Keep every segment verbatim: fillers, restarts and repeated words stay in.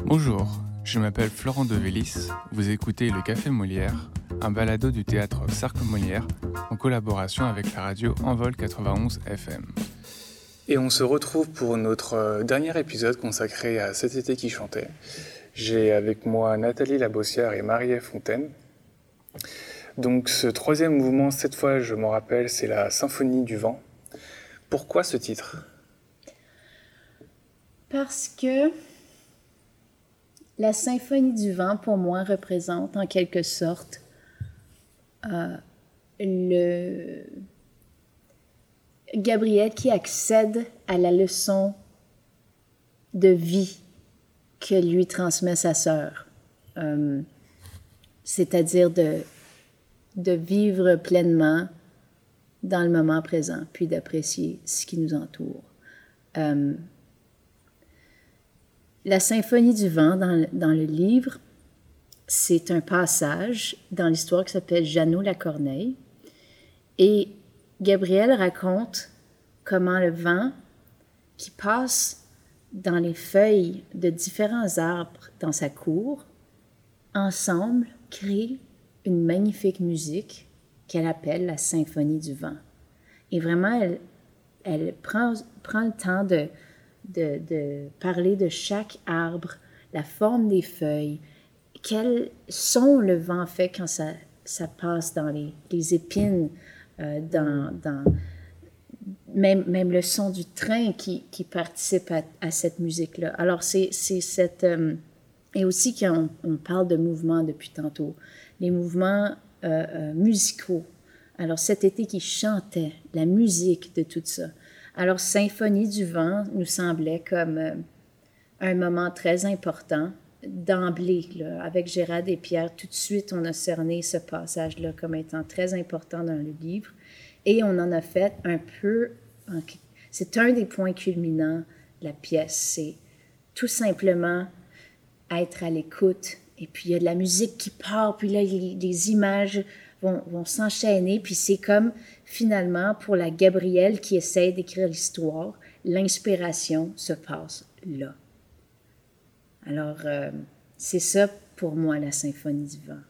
Bonjour, je m'appelle Florent Devélis, vous écoutez Le Café Molière, un balado du théâtre Cercle Molière en collaboration avec la radio Envol quatre-vingt-onze F M. Et on se retrouve pour notre dernier épisode consacré à cet été qui chantait. J'ai avec moi Nathalie Labossière et Marie-Ève Fontaine. Donc ce troisième mouvement, cette fois je m'en rappelle, c'est la Symphonie du vent. Pourquoi ce titre ? Parce que la Symphonie du vent, pour moi, représente en quelque sorte euh, le Gabriel qui accède à la leçon de vie que lui transmet sa sœur. Euh, c'est-à-dire de, de vivre pleinement dans le moment présent, puis d'apprécier ce qui nous entoure. Euh, La Symphonie du vent, dans, dans le livre, c'est un passage dans l'histoire qui s'appelle Jeannot la Corneille. Et Gabriel raconte comment le vent qui passe dans les feuilles de différents arbres dans sa cour, ensemble, crée une magnifique musique qu'elle appelle la Symphonie du vent. Et vraiment, elle, elle prend, prend le temps de... De, de parler de chaque arbre, la forme des feuilles, quel son le vent fait quand ça, ça passe dans les, les épines, euh, dans, dans, même, même le son du train qui, qui participe à, à cette musique-là. Alors, c'est, c'est cette... Euh, et aussi qu'on on parle de mouvements depuis tantôt, les mouvements euh, euh, musicaux. Alors, cet été qui chantait, la musique de tout ça. Alors, Symphonie du vent nous semblait comme euh, un moment très important d'emblée. Là, avec Gérard Despierres, tout de suite, on a cerné ce passage-là comme étant très important dans le livre. Et on en a fait un peu... C'est un des points culminants de la pièce. C'est tout simplement être à l'écoute. Et puis, il y a de la musique qui part, puis là, les, les images vont, vont s'enchaîner. Puis c'est comme... Finalement, pour la Gabrielle qui essaie d'écrire l'histoire, l'inspiration se passe là. Alors, euh, c'est ça pour moi, la Symphonie du vent.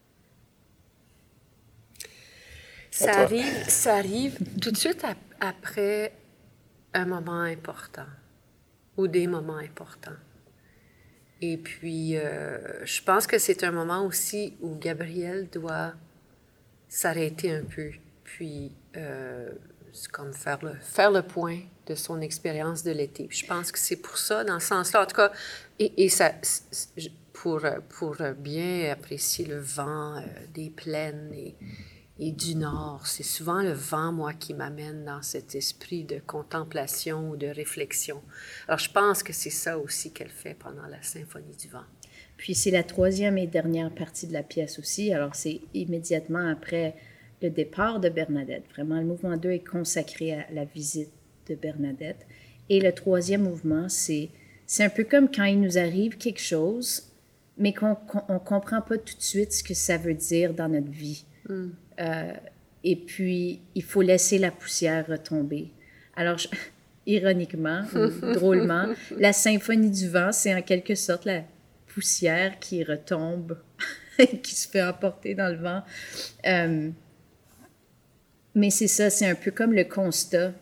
Ça arrive, ça arrive tout de suite ap- après un moment important ou des moments importants. Et puis, euh, je pense que c'est un moment aussi où Gabrielle doit s'arrêter un peu. Puis, euh, c'est comme faire le, faire le point de son expérience de l'été. Je pense que c'est pour ça, dans ce sens-là, en tout cas, et, et ça, pour, pour bien apprécier le vent euh, des plaines et, et du nord, c'est souvent le vent, moi, qui m'amène dans cet esprit de contemplation ou de réflexion. Alors, je pense que c'est ça aussi qu'elle fait pendant la Symphonie du vent. Puis, c'est la troisième et dernière partie de la pièce aussi. Alors, c'est immédiatement après... le départ de Bernadette. Vraiment, le mouvement deux est consacré à la visite de Bernadette. Et le troisième mouvement, c'est, c'est un peu comme quand il nous arrive quelque chose, mais qu'on ne comprend pas tout de suite ce que ça veut dire dans notre vie. Mm. Euh, et puis, il faut laisser la poussière retomber. Alors, je, ironiquement, ou drôlement, la Symphonie du vent, c'est en quelque sorte la poussière qui retombe, qui se fait emporter dans le vent. Euh, Mais c'est ça, c'est un peu comme le constat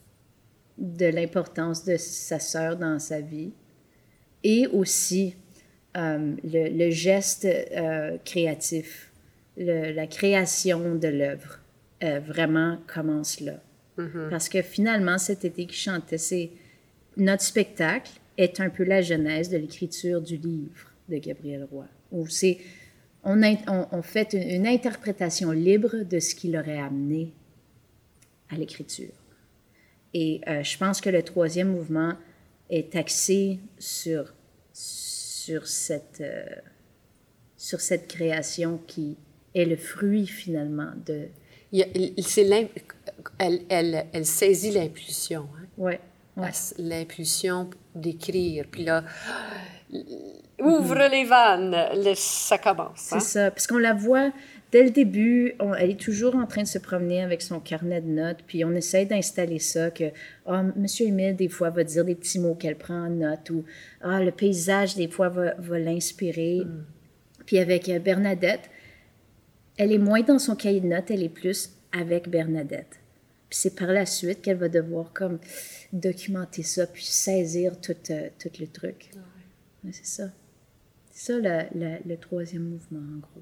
de l'importance de sa sœur dans sa vie et aussi euh, le, le geste euh, créatif, le, la création de l'œuvre euh, vraiment commence là. Mm-hmm. Parce que finalement, cet été qui chantait, c'est notre spectacle est un peu la genèse de l'écriture du livre de Gabriel Roy, où c'est, on, a, on, on fait une, une interprétation libre de ce qui l'aurait amené à l'écriture. Et euh, je pense que le troisième mouvement est axé sur, sur, cette, euh, sur cette création qui est le fruit, finalement, de... Il y a, c'est elle, elle, elle saisit l'impulsion. Hein? Oui. Ouais. L'impulsion d'écrire. Puis là, ouvre mm-hmm. les vannes, le, ça commence. C'est hein? ça. Parce qu'on la voit dès le début, on, elle est toujours en train de se promener avec son carnet de notes, puis on essaie d'installer ça, que ah, Monsieur Émile, des fois, va dire des petits mots qu'elle prend en note, ou ah, le paysage, des fois, va, va l'inspirer. Mm. Puis avec euh, Bernadette, elle est moins dans son cahier de notes, elle est plus avec Bernadette. Puis c'est par la suite qu'elle va devoir comme documenter ça, puis saisir tout, euh, tout le truc. Ouais. Ouais, c'est ça. C'est ça le, le, le troisième mouvement, en gros.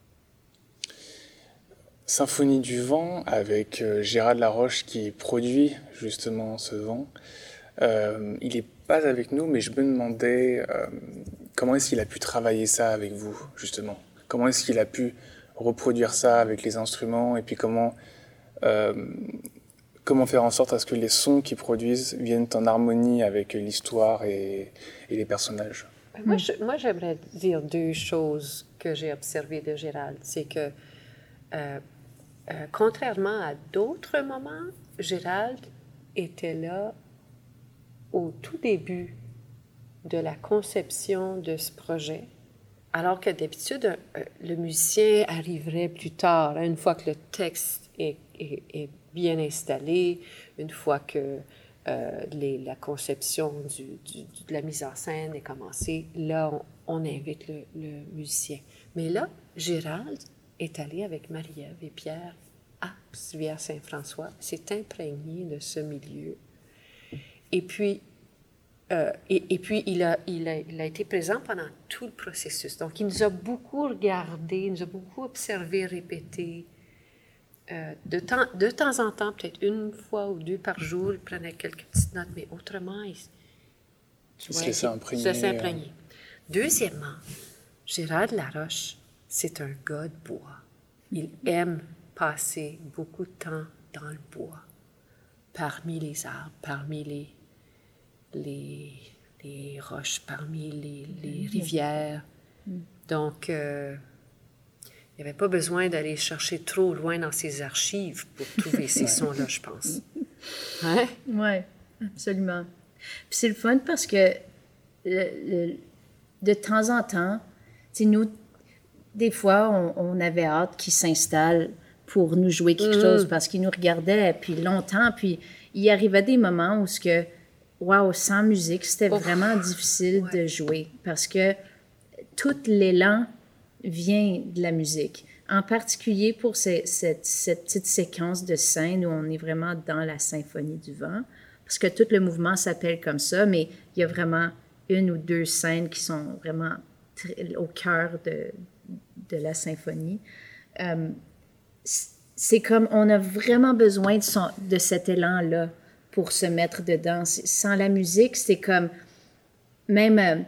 Symphonie du vent, avec euh, Gérard Laroche qui produit justement ce vent. Euh, il n'est pas avec nous, mais je me demandais euh, comment est-ce qu'il a pu travailler ça avec vous, justement. Comment est-ce qu'il a pu reproduire ça avec les instruments, et puis comment, euh, comment faire en sorte à ce que les sons qu'ils produisent viennent en harmonie avec l'histoire et, et les personnages. Moi, je, moi, j'aimerais dire deux choses que j'ai observées de Gérald. C'est que, euh, euh, contrairement à d'autres moments, Gérald était là au tout début de la conception de ce projet, alors que d'habitude, euh, le musicien arriverait plus tard, hein, une fois que le texte est, est, est bien installé, une fois que Euh, les, la conception du, du, de la mise en scène est commencée, là, on, on invite le, le musicien. Mais là, Gérald est allé avec Marie-Ève et Pierre à Rivière-Saint-François, s'est imprégné de ce milieu. Et puis, euh, et, et puis il, a, il, a, il a été présent pendant tout le processus. Donc, il nous a beaucoup regardé, il nous a beaucoup observé, répété. Euh, de, temps, de temps en temps, peut-être une fois ou deux par jour, il prenait quelques petites notes, mais autrement, il, il se laissait imprégner. Se laissait imprégner. Deuxièmement, Gérard Laroche, c'est un gars de bois. Il aime passer beaucoup de temps dans le bois, parmi les arbres, parmi les, les, les roches, parmi les, les rivières. Donc, euh, il n'y avait pas besoin d'aller chercher trop loin dans ses archives pour trouver ces sons-là, je pense. Hein? Oui, absolument. Puis c'est le fun parce que le, le, de temps en temps, tu sais, nous, des fois, on, on avait hâte qu'il s'installe pour nous jouer quelque mmh. chose parce qu'il nous regardait puis longtemps. Puis il arrivait des moments où ce que, wow, sans musique, c'était oh. vraiment difficile ouais. de jouer parce que tout l'élan vient de la musique. En particulier pour ces, cette, cette petite séquence de scène où on est vraiment dans la symphonie du vent, parce que tout le mouvement s'appelle comme ça, mais il y a vraiment une ou deux scènes qui sont vraiment très, au cœur de, de la symphonie. Euh, c'est comme, on a vraiment besoin de, son, de cet élan-là pour se mettre dedans. Sans la musique, c'est comme, même... Euh,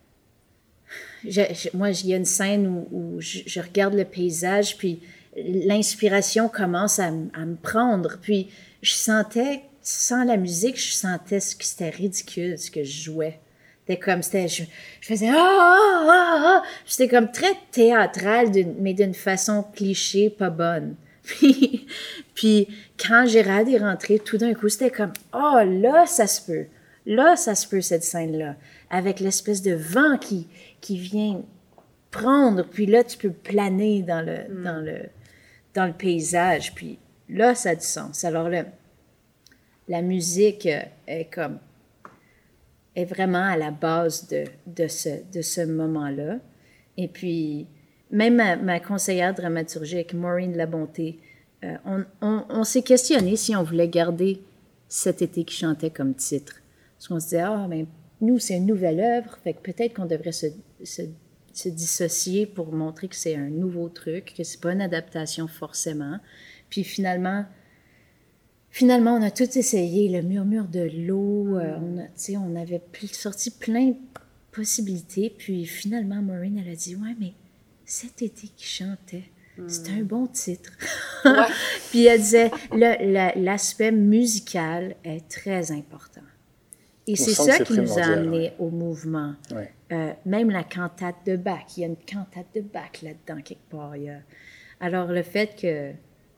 Je, je, moi, il y a une scène où, où je, je regarde le paysage, puis l'inspiration commence à, à me prendre. Puis je sentais, sans la musique, je sentais ce que c'était ridicule, ce que je jouais. C'était comme, c'était, je, je faisais ah, ah, ah, ah. C'était comme très théâtral, mais d'une façon cliché, pas bonne. Puis, puis quand Gérald est rentré, tout d'un coup, c'était comme, oh, là, ça se peut. Là, ça se peut, cette scène-là. Avec l'espèce de vent qui, qui vient prendre, puis là, tu peux planer dans le, mm. dans le, dans le paysage, puis là, ça a du sens. Alors, là, la musique est comme, est vraiment à la base de, de, ce, de ce moment-là. Et puis, même ma, ma conseillère dramaturgique, Maureen Labonté, euh, on, on, on s'est questionné si on voulait garder Cet été qui chantait comme titre. Parce qu'on se disait, ah, mais nous, c'est une nouvelle œuvre, fait que peut-être qu'on devrait se, se, se dissocier pour montrer que c'est un nouveau truc, que c'est pas une adaptation forcément. Puis finalement, finalement, on a tout essayé, le murmure de l'eau, euh, on, a, on avait sorti plein de possibilités, puis finalement, Maureen, elle a dit, ouais, mais Cet été qui chantait, mm. c'est un bon titre. Ouais. Puis elle disait, le, la, l'aspect musical est très important. Et c'est ça qui nous a amené ouais. au mouvement. Ouais. Euh, même la cantate de Bach, il y a une cantate de Bach là-dedans quelque part. Il y a... Alors le fait qu'il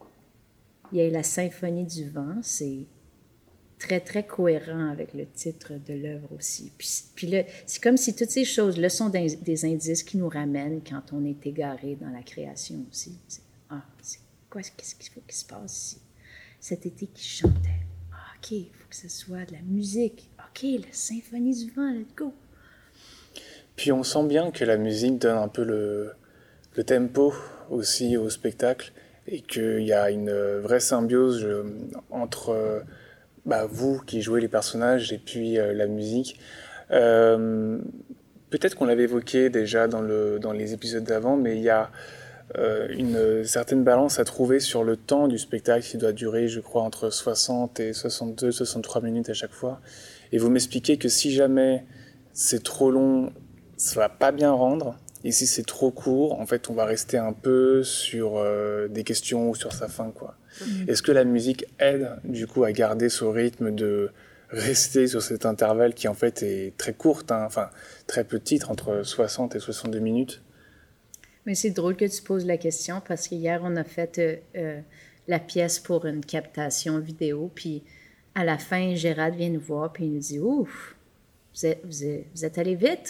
y ait la symphonie du vent, c'est très, très cohérent avec le titre de l'œuvre aussi. Puis, puis là, c'est comme si toutes ces choses-là sont des, des indices qui nous ramènent quand on est égaré dans la création aussi. Ah, c'est quoi, qu'est-ce qu'il faut qu'il se passe ici? Cet été qui chantait. Ah, OK, il faut que ce soit de la musique. OK, la symphonie du vent, let's go. Puis on sent bien que la musique donne un peu le, le tempo aussi au spectacle et qu'il y a une vraie symbiose entre bah, vous qui jouez les personnages et puis euh, la musique. Euh, peut-être qu'on l'avait évoqué déjà dans, le, dans les épisodes d'avant, mais il y a euh, une certaine balance à trouver sur le temps du spectacle qui doit durer, je crois, entre soixante et soixante-deux, soixante-trois minutes à chaque fois. Et vous m'expliquez que si jamais c'est trop long, ça va pas bien rendre. Et si c'est trop court, en fait, on va rester un peu sur euh, des questions ou sur sa fin, quoi. Mmh. Est-ce que la musique aide, du coup, à garder ce rythme de rester sur cet intervalle qui, en fait, est très courte, hein, enfin, très petite, entre soixante et soixante-deux minutes? Mais c'est drôle que tu poses la question parce qu'hier, on a fait euh, euh, la pièce pour une captation vidéo, puis à la fin, Gérald vient nous voir, puis il nous dit « Ouf, vous êtes, vous êtes, vous êtes allé vite? »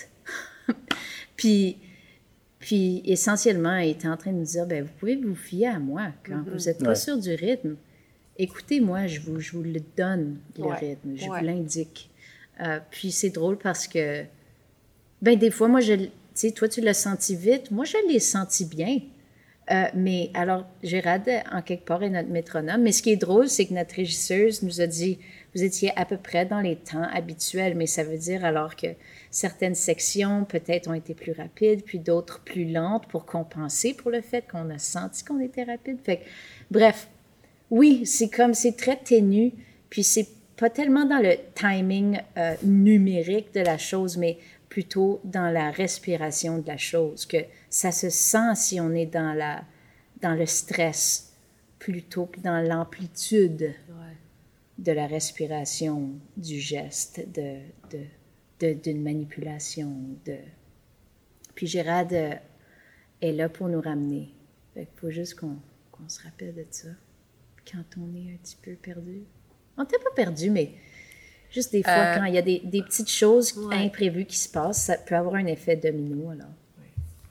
Puis... Puis, essentiellement, il était en train de nous dire, ben, vous pouvez vous fier à moi quand mm-hmm. vous n'êtes pas ouais. sûr du rythme. Écoutez-moi, je vous, je vous le donne, le ouais. rythme, je ouais. vous l'indique. Euh, puis, c'est drôle parce que, ben, des fois, moi, je, tu sais, toi, tu l'as senti vite, moi, je l'ai senti bien. Euh, mais alors, Gérald, en quelque part, est notre métronome. Mais ce qui est drôle, c'est que notre régisseuse nous a dit, vous étiez à peu près dans les temps habituels, mais ça veut dire alors que certaines sections, peut-être, ont été plus rapides, puis d'autres plus lentes pour compenser pour le fait qu'on a senti qu'on était rapide. Fait que, bref, oui, c'est comme, c'est très ténu, puis c'est pas tellement dans le timing euh, numérique de la chose, mais plutôt dans la respiration de la chose, que ça se sent si on est dans, la, dans le stress plutôt que dans l'amplitude ouais. de la respiration, du geste, de, de, de, d'une manipulation. De... Puis Gérald euh, est là pour nous ramener. Il faut juste qu'on, qu'on se rappelle de ça quand on est un petit peu perdu. On n'était pas perdu, mais... Juste des fois, euh, quand il y a des, des petites choses ouais. imprévues qui se passent, ça peut avoir un effet domino, alors. Oui.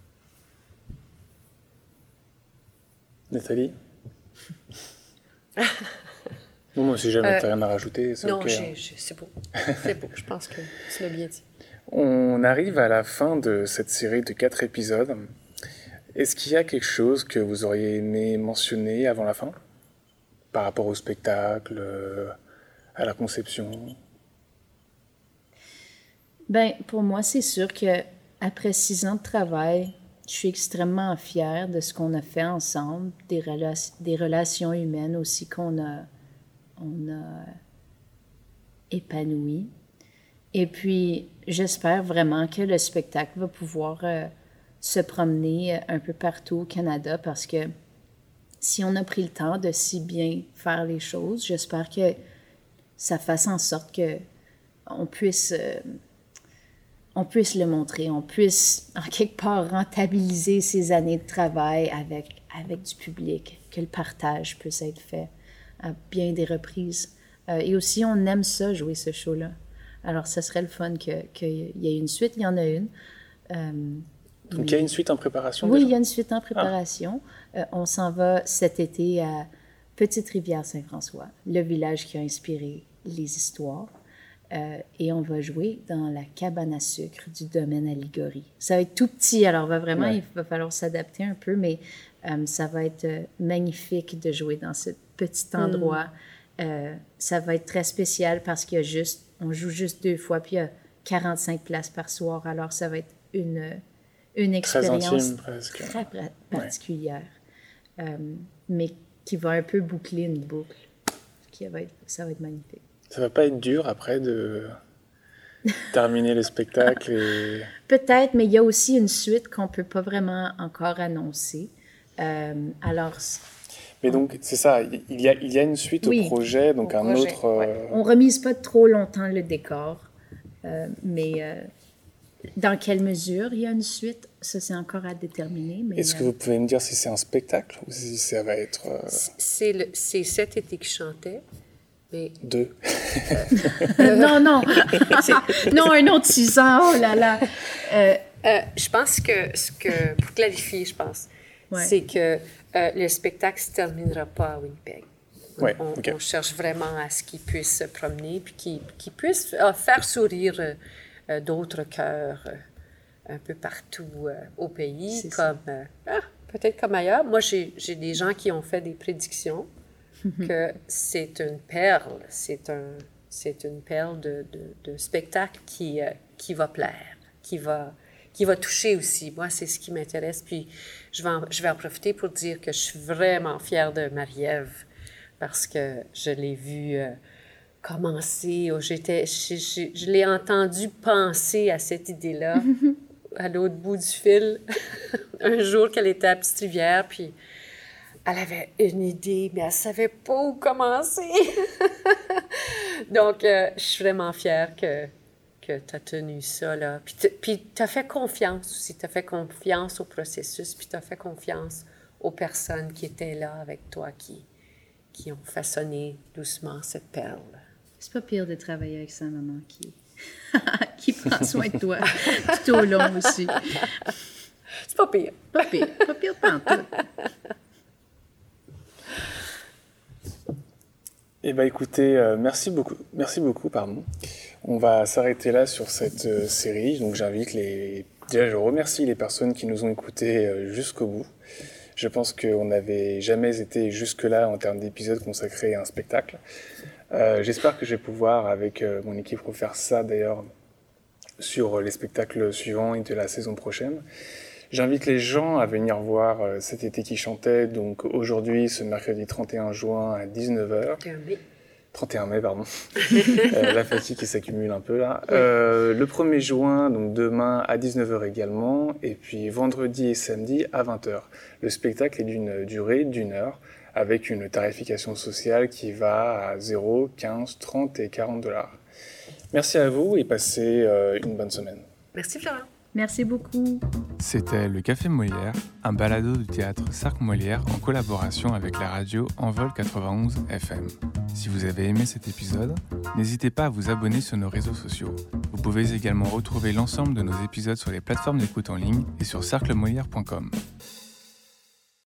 Nathalie? Non, moi, si jamais euh, tu n'as rien à rajouter, c'est non, OK. Non, hein. c'est beau. C'est beau, je pense que tu l'as bien dit. On arrive à la fin de cette série de quatre épisodes. Est-ce qu'il y a quelque chose que vous auriez aimé mentionner avant la fin? Par rapport au spectacle, à la conception? Ben, pour moi, c'est sûr qu'après six ans de travail, je suis extrêmement fière de ce qu'on a fait ensemble, des, rela- des relations humaines aussi qu'on a, on a épanouies. Et puis, j'espère vraiment que le spectacle va pouvoir euh, se promener un peu partout au Canada parce que si on a pris le temps de si bien faire les choses, j'espère que ça fasse en sorte qu'on puisse... Euh, on puisse le montrer, on puisse, en quelque part, rentabiliser ces années de travail avec, avec du public, que le partage puisse être fait à bien des reprises. Euh, et aussi, on aime ça, jouer ce show-là. Alors, ça serait le fun qu'il que y ait une suite. Il y en a une. Euh, Donc, il y a une suite en préparation? Oui, déjà? il y a une suite en préparation. Ah. Euh, on s'en va cet été à Petite-Rivière-Saint-François, le village qui a inspiré les histoires. Euh, et on va jouer dans la cabane à sucre du domaine Aligorie. Ça va être tout petit, alors va vraiment, ouais. il va falloir s'adapter un peu, mais euh, ça va être euh, magnifique de jouer dans ce petit endroit. Mm. Euh, ça va être très spécial parce qu'il y a juste, on joue juste deux fois, puis il y a quarante-cinq places par soir, alors ça va être une, une expérience très, intime, presque. très particulière, ouais. euh, mais qui va un peu boucler une boucle. Qui va être, ça va être magnifique. Ça va pas être dur après de terminer le spectacle et... Peut-être, mais il y a aussi une suite qu'on peut pas vraiment encore annoncer. Euh, alors... Mais donc, c'est ça, il y a, il y a une suite oui, au projet, donc au un projet, autre... Euh... Ouais. On remise pas trop longtemps le décor, euh, mais euh, dans quelle mesure il y a une suite, ça c'est encore à déterminer. Mais, Est-ce que euh... vous pouvez me dire si c'est un spectacle ou si ça va être... Euh... C'est, le, c'est cet été que je chantais. Mais... Deux. Euh, non, non. non, un autre six ans, oh là là. Euh, euh, je pense que, ce que, pour clarifier, je pense, Ouais. C'est que euh, le spectacle ne se terminera pas à Winnipeg. Ouais, on, okay. on cherche vraiment à ce qu'ils puissent se promener puis qu'ils, qu'ils puissent euh, faire sourire euh, d'autres cœurs euh, un peu partout euh, au pays, C'est comme euh, ah, peut-être comme ailleurs. Moi, j'ai, j'ai des gens qui ont fait des prédictions que c'est une perle, c'est, un, c'est une perle de, de, de spectacle qui, euh, qui va plaire, qui va, qui va toucher aussi. Moi, c'est ce qui m'intéresse. Puis, je vais en, je vais en profiter pour dire que je suis vraiment fière de Marie-Ève parce que je l'ai vue euh, commencer. Oh, j'étais, je, je, je l'ai entendue penser à cette idée-là à l'autre bout du fil un jour qu'elle était à Petite-Rivière, puis elle avait une idée, mais elle ne savait pas où commencer. Donc, euh, je suis vraiment fière que, que tu as tenu ça, là. Puis tu as fait confiance aussi. Tu as fait confiance au processus, puis tu as fait confiance aux personnes qui étaient là avec toi, qui, qui ont façonné doucement cette perle. C'est pas pire de travailler avec sa maman qui, qui prend soin de toi tout au long aussi. C'est pas pire. Pas pire. Pas pire pantoute. Eh bien, écoutez, euh, merci beaucoup. Merci beaucoup, pardon. On va s'arrêter là sur cette euh, série. Donc, j'invite les... Déjà, je remercie les personnes qui nous ont écoutés euh, jusqu'au bout. Je pense qu'on n'avait jamais été jusque-là en termes d'épisodes consacrés à un spectacle. Euh, j'espère que je vais pouvoir, avec euh, mon équipe, refaire ça, d'ailleurs, sur les spectacles suivants et de la saison prochaine. J'invite les gens à venir voir euh, Cet été qui chantait, donc aujourd'hui, ce mercredi trente et un juin à dix-neuf heures. trente et un mai. trente et un mai, pardon. euh, la fatigue qui s'accumule un peu là. Oui. Euh, le premier juin, donc demain à dix-neuf heures également, et puis vendredi et samedi à vingt heures. Le spectacle est d'une durée d'une heure, avec une tarification sociale qui va à zéro, quinze, trente et quarante dollars. Merci à vous et passez euh, une bonne semaine. Merci Florent. Merci beaucoup. C'était Le Café Molière, un balado du théâtre Cercle Molière en collaboration avec la radio Envol quatre-vingt-onze F M. Si vous avez aimé cet épisode, n'hésitez pas à vous abonner sur nos réseaux sociaux. Vous pouvez également retrouver l'ensemble de nos épisodes sur les plateformes d'écoute en ligne et sur cercle molière point com.